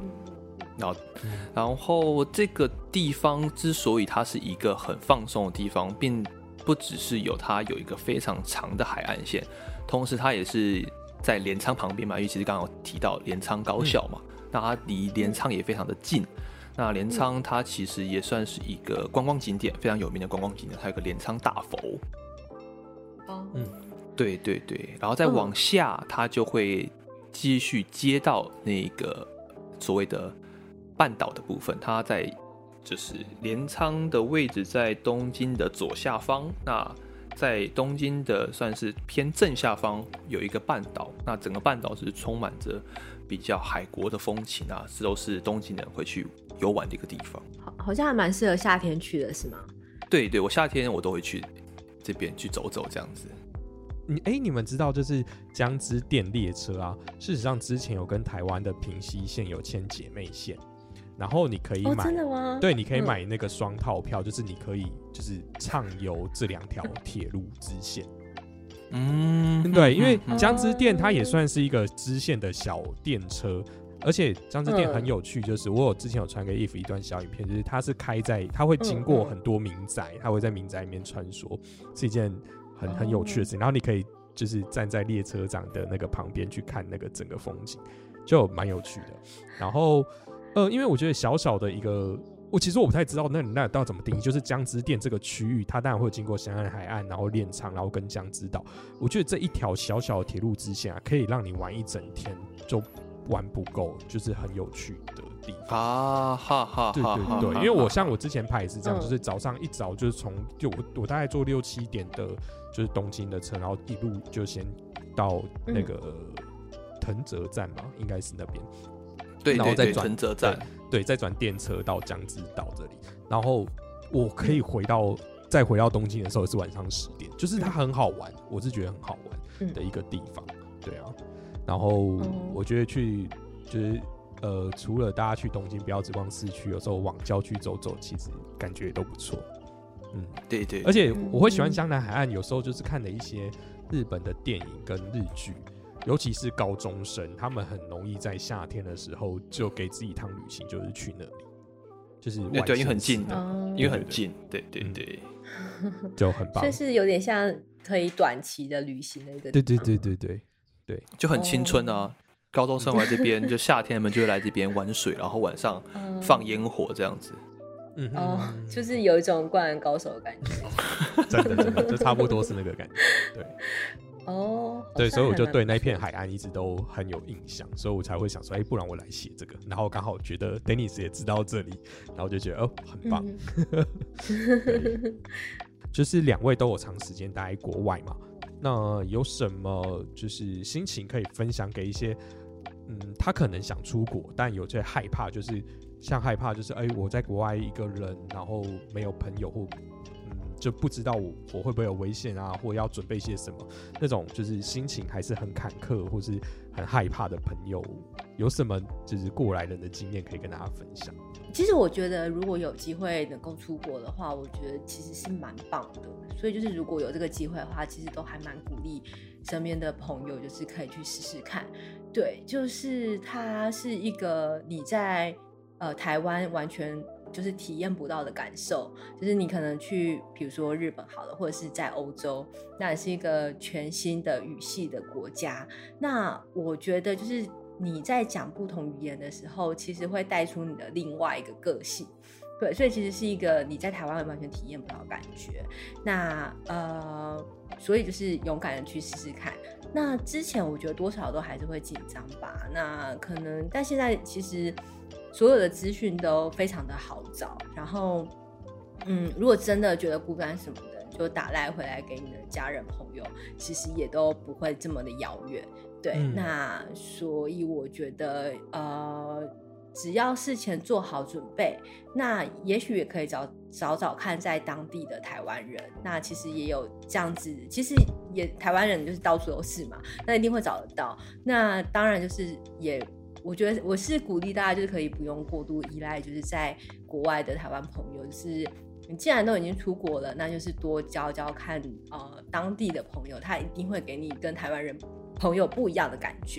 然后这个地方之所以它是一个很放松的地方，并不只是它有一个非常长的海岸线，同时它也是在镰仓旁边嘛，因为其实刚刚有提到镰仓高校嘛，那它离镰仓也非常的近。 那镰仓它其实也算是一个观光景点，非常有名的观光景点，它有个镰仓大佛。对对对，然后再往下，它就会继续接到那个所谓的半岛的部分。它在就是镰仓的位置在东京的左下方，那在东京的算是偏正下方有一个半岛，那整个半岛是充满着比较海国的风情啊，这都是东京人会去游玩的一个地方。 好像还蛮适合夏天去的，是吗？ 对对，我夏天我都会去这边去走走这样子。 你们知道就是江之电列车啊，事实上之前有跟台湾的平溪线有牵姐妹线，然后你可以买， 真的吗？ 对，你可以买那个双套票，就是你可以就是畅游这2条铁路支线。对，因为江之电它也算是一个支线的小电车，而且江之电很有趣，就是我之前有传给 If 一段小影片，就是它是开在，它会经过很多民宅，它会在民宅里面穿梭，是一件很有趣的事情。然后你可以就是站在列车长的那个旁边去看那个整个风景，就蛮有趣的。然后因为我觉得小小的一个，其实我不太知道那到底怎么定义，就是江之电这个区域，它当然会经过香岸海岸，然后镰仓，然后跟江之岛。我觉得这一条小小的铁路支线啊，可以让你玩一整天就玩不够，就是很有趣的地方啊！哈哈， 对对对，因为我之前排也是这样，就是早上一早就是我大概坐6、7点的，就是东京的车，然后一路就先到那个藤泽站嘛，应该是那边。 对， 然后再转藤泽站， 对，再转电车到江之岛这里，然后我可以再回到东京的时候是晚上10点，就是它很好玩，我是觉得很好玩的一个地方，对啊。然后我觉得去就是除了大家去东京不要只逛市区，有时候往郊区走走，其实感觉也都不错。 对对， 而且我会喜欢湘南海岸，有时候就是看的一些日本的电影跟日剧。尤其是高中生，他们很容易在夏天的时候就给自己一趟旅行，就是去那里，就是对，因为很近的，因为很近，对对对， 就很棒。 所以是有点像可以短期的旅行的一个地方，对， 就很青春啊。高中生来这边，就夏天他们就会来这边玩水，然后晚上放烟火这样子。 就是有一种灌篮高手的感觉。 真的，就差不多是那个感觉，对。对，所以我就对那片海岸一直都很有印象，所以我才会想说，不然我来写这个。然后刚好觉得 Dennis 也知道这里，然后就觉得很棒。就是2位都有长时间待在国外嘛，那有什么就是心情可以分享给一些，他可能想出国，但有些害怕，就是像害怕就是我在国外一个人，然后没有朋友或。就不知道我会不会有危险啊，或要准备些什么，那种就是心情还是很坎坷或是很害怕的朋友，有什么就是过来人的经验可以跟大家分享？ 其实我觉得如果有机会能够出国的话，我觉得其实是蛮棒的。所以就是如果有这个机会的话，其实都还蛮鼓励身边的朋友，就是可以去试试看。对，就是它是一个你在台湾完全就是体验不到的感受，就是你可能去比如说日本好了，或者是在欧洲，那也是一个全新的语系的国家。那我觉得就是你在讲不同语言的时候，其实会带出你的另外一个个性。对，所以其实是一个你在台湾完全体验不到的感觉。那所以就是勇敢的去试试看。那之前我觉得多少都还是会紧张吧，那可能但现在其实所有的资讯都非常的好找，然后如果真的觉得孤单什么的，就打赖回来给你的家人朋友，其实也都不会这么的遥远。对，那所以我觉得只要事前做好准备，那也许也可以找看在当地的台湾人，那其实也有这样子，其实也台湾人就是到处都是嘛，那一定会找得到。那当然就是我觉得我是鼓励大家就是可以不用过度依赖就是在国外的台湾朋友，就是你既然都已经出国了，那就是多交看当地的朋友，他一定会给你跟台湾人朋友不一样的感觉。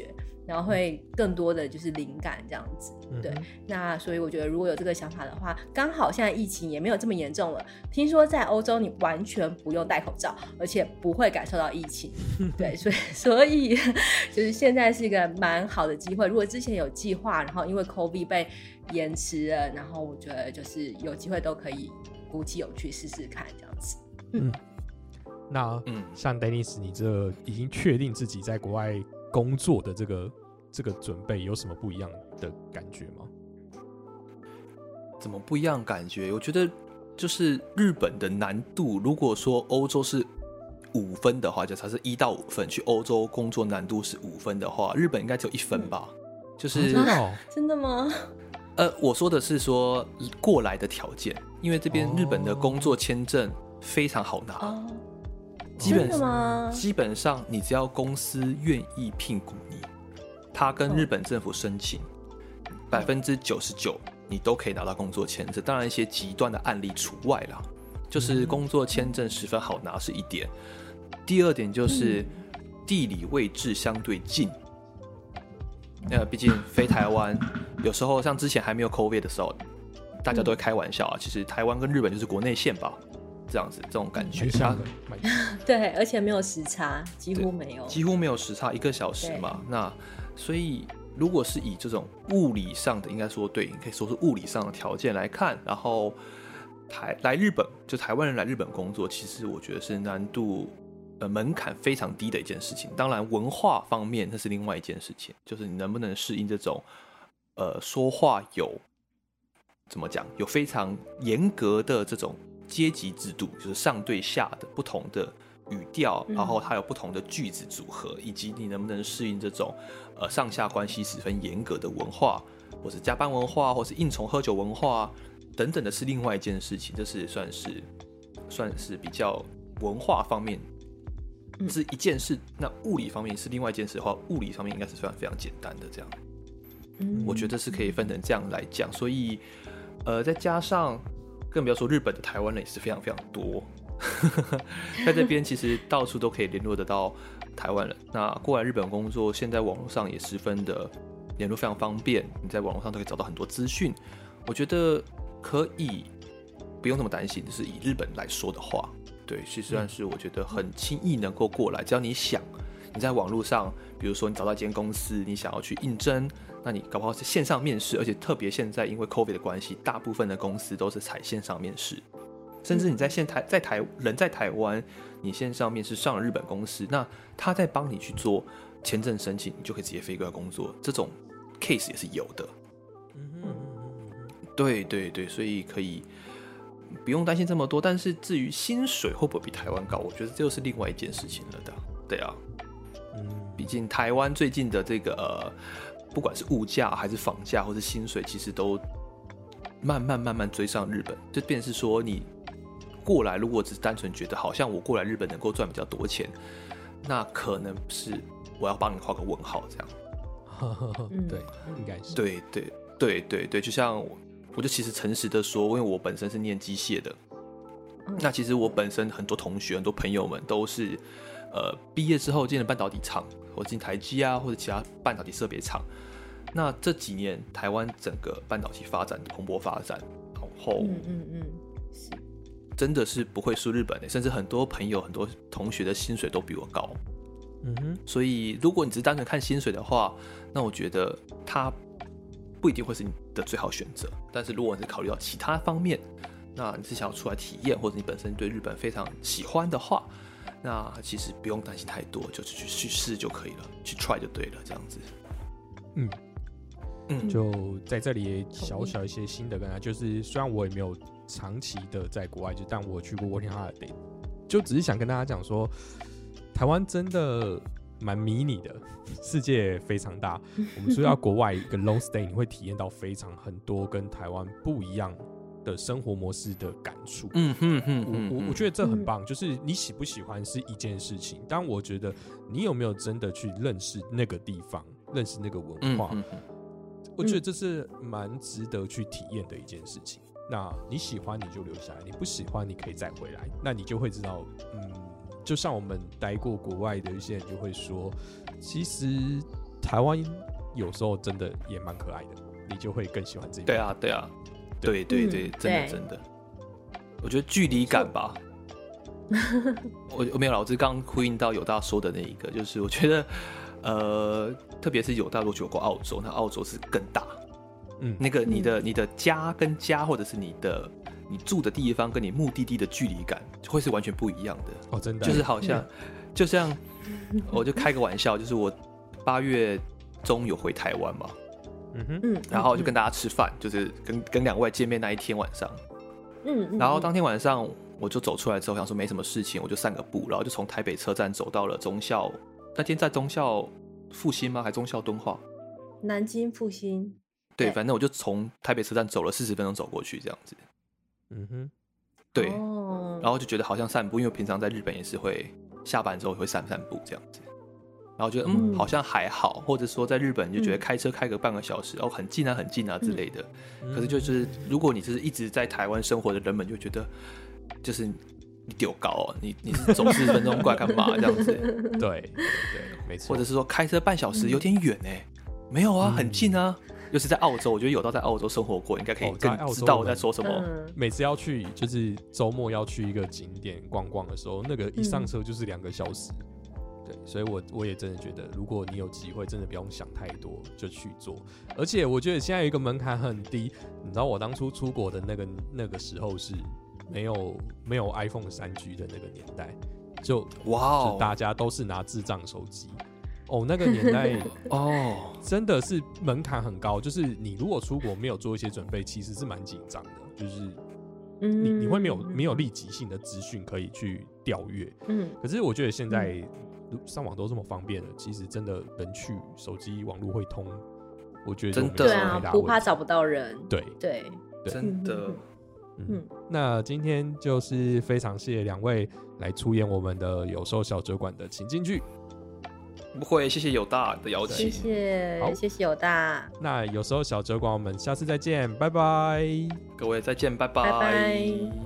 然后会更多的就是灵感这样子。对，那所以我觉得如果有这个想法的话，刚好现在疫情也没有这么严重了。听说在欧洲你完全不用戴口罩，而且不会感受到疫情。对，所以就是现在是一个蛮好的机会。如果之前有计划，然后因为 COVID 被延迟了，然后我觉得就是有机会都可以鼓起勇气试试看这样子。 那像 Dennis 你这已经确定自己在国外工作的这个准备有什么不一样的感觉吗？ 怎么不一样感觉？我觉得就是日本的难度，如果说欧洲是5分的话，就它是1到5分，去欧洲工作难度是5分的话，日本应该只有1分吧？就是真的吗？ 我说的是说过来的条件，因为这边日本的工作签证非常好拿。 真的吗？ 基本上你只要公司愿意聘雇你，他跟日本政府申请，99%你都可以拿到工作签证。当然一些极端的案例除外啦，就是工作签证十分好拿是一点。第二点就是地理位置相对近。毕竟飞台湾，有时候像之前还没有 COVID 的时候，大家都会开玩笑啊，其实台湾跟日本就是国内线吧。这样子，这种感觉， 对，而且没有时差，几乎没有时差，1个小时嘛。那所以，如果是以这种物理上的，应该说对，可以说是物理上的条件来看，然后来日本，就台湾人来日本工作，其实我觉得是难度门槛非常低的一件事情。当然，文化方面那是另外一件事情，就是你能不能适应这种说话怎么讲，有非常严格的这种阶级制度，就是上对下的不同的语调，然后它有不同的句子组合，以及你能不能适应这种上下关系十分严格的文化，或是加班文化，或是应酬喝酒文化等等的，是另外一件事情。这是算是比较文化方面是一件事，那物理方面是另外一件事的话，物理上面应该是非常非常简单的这样。我觉得是可以分成这样来讲，所以再加上更不要说日本的台湾人也是非常非常多，在这边其实到处都可以联络得到台湾人。那过来日本工作，现在网络上也十分的联络非常方便，你在网络上都可以找到很多资讯。我觉得可以不用那么担心，就是以日本来说的话，对，其实算是我觉得很轻易能够过来，只要你想，你在网络上，比如说你找到一间公司，你想要去应征。那你搞不好是线上面试，而且特别现在因为 COVID 的关系，大部分的公司都是采线上面试，甚至你人在台湾，你线上面试上了日本公司，那他在帮你去做签证申请，你就可以直接飞过来工作，这种 case 也是有的。对对对，所以可以不用担心这么多。但是至于薪水会不会比台湾高，我觉得这就是另外一件事情了的。对啊，毕竟台湾最近的这个不管是物价还是房价或是薪水，其实都慢慢追上日本。就变成是说，你过来如果只是单纯觉得好像我过来日本能够赚比较多钱，那可能是我要帮你画个问号这样。 对，应该是。 对，就像我就其实诚实的说，因为我本身是念机械的，那其实我本身很多同学、很多朋友们都是毕业之后进了半导体厂，或进台积啊，或者其他半导体设备厂。那这几年台湾整个半导体发展的蓬勃发展，然后真的是不会输日本的，甚至很多朋友、很多同学的薪水都比我高。所以如果你只是单纯看薪水的话，那我觉得它不一定会是你的最好选择。但是如果你是考虑到其他方面，那你是想要出来体验，或者你本身对日本非常喜欢的话，那其实不用担心太多，就去试就可以了，去 try 就对了，这样子。 就在这里也小小一些心得跟他，就是虽然我也没有长期的在国外，但我去过 working holiday， 就只是想跟大家讲说，台湾真的蛮迷你的，世界非常大。我们说到国外一个 long stay， 你会体验到非常很多跟台湾不一样的生活模式的感触。我觉得这很棒，就是你喜不喜欢是一件事情，但我觉得你有没有真的去认识那个地方，认识那个文化，我觉得这是蛮值得去体验的一件事情。那你喜欢你就留下来，你不喜欢你可以再回来，那你就会知道，就像我们待过国外的一些人就会说，其实台湾有时候真的也蛮可爱的，你就会更喜欢这一对啊，对，真的，我觉得距离感吧。我没有啦，我是刚呼应到友大说的那一个，就是我觉得特别是友大如果去过澳洲，那澳洲是更大。那个你的家跟家，或者是你住的地方跟你目的地的距离感，会是完全不一样的。 哦，真的， 就是好像，就像我就开个玩笑，就是我8月中有回台湾嘛，然后就跟大家吃饭，就是跟2位见面那一天晚上，然后当天晚上我就走出来之后，想说没什么事情，我就散个步，然后就从台北车站走到了忠孝，那天在忠孝复兴吗？还忠孝敦化？ 南京复兴。 对，反正我就从台北车站走了40分钟走过去，这样子。对，然后就觉得好像散步，因为我平常在日本也是会下班之后会散步这样子，然后觉得好像还好，或者说在日本就觉得开车开个半个小时，很近啊之类的。可是就是如果你就是一直在台湾生活的人们，就觉得就是你丢高哦，你是走40分钟过来干嘛这样子？ 对，没错。 或者是说开车半小时有点远没有啊，很近啊。尤其在澳洲，我觉得友大在澳洲生活过，应该可以更知道我在说什么。 每次要去就是周末要去一个景点逛逛的时候，那个一上车就是2个小时。对，所以我也真的觉得，如果你有机会，真的不用想太多，就去做。而且我觉得现在有一个门槛很低，你知道我当初出国的那个时候是没有 iPhone 3G 的那个年代，就大家都是拿智障手机。那个年代真的是门槛很高，就是你如果出国没有做一些准备，其实是蛮紧张的，就是你会没有立即性的资讯可以去调阅。可是我觉得现在上网都这么方便了，其实真的人去手机网络会通，我觉得真的对啊，不怕找不到人。 对， 真的。 那今天就是非常谢谢2位来出演我们的有兽小酒馆的情境剧。 不会，谢谢友大的邀请， 谢谢友大。 那有时候小酒馆，我们下次再见，拜拜， 各位再见，拜拜。 拜拜。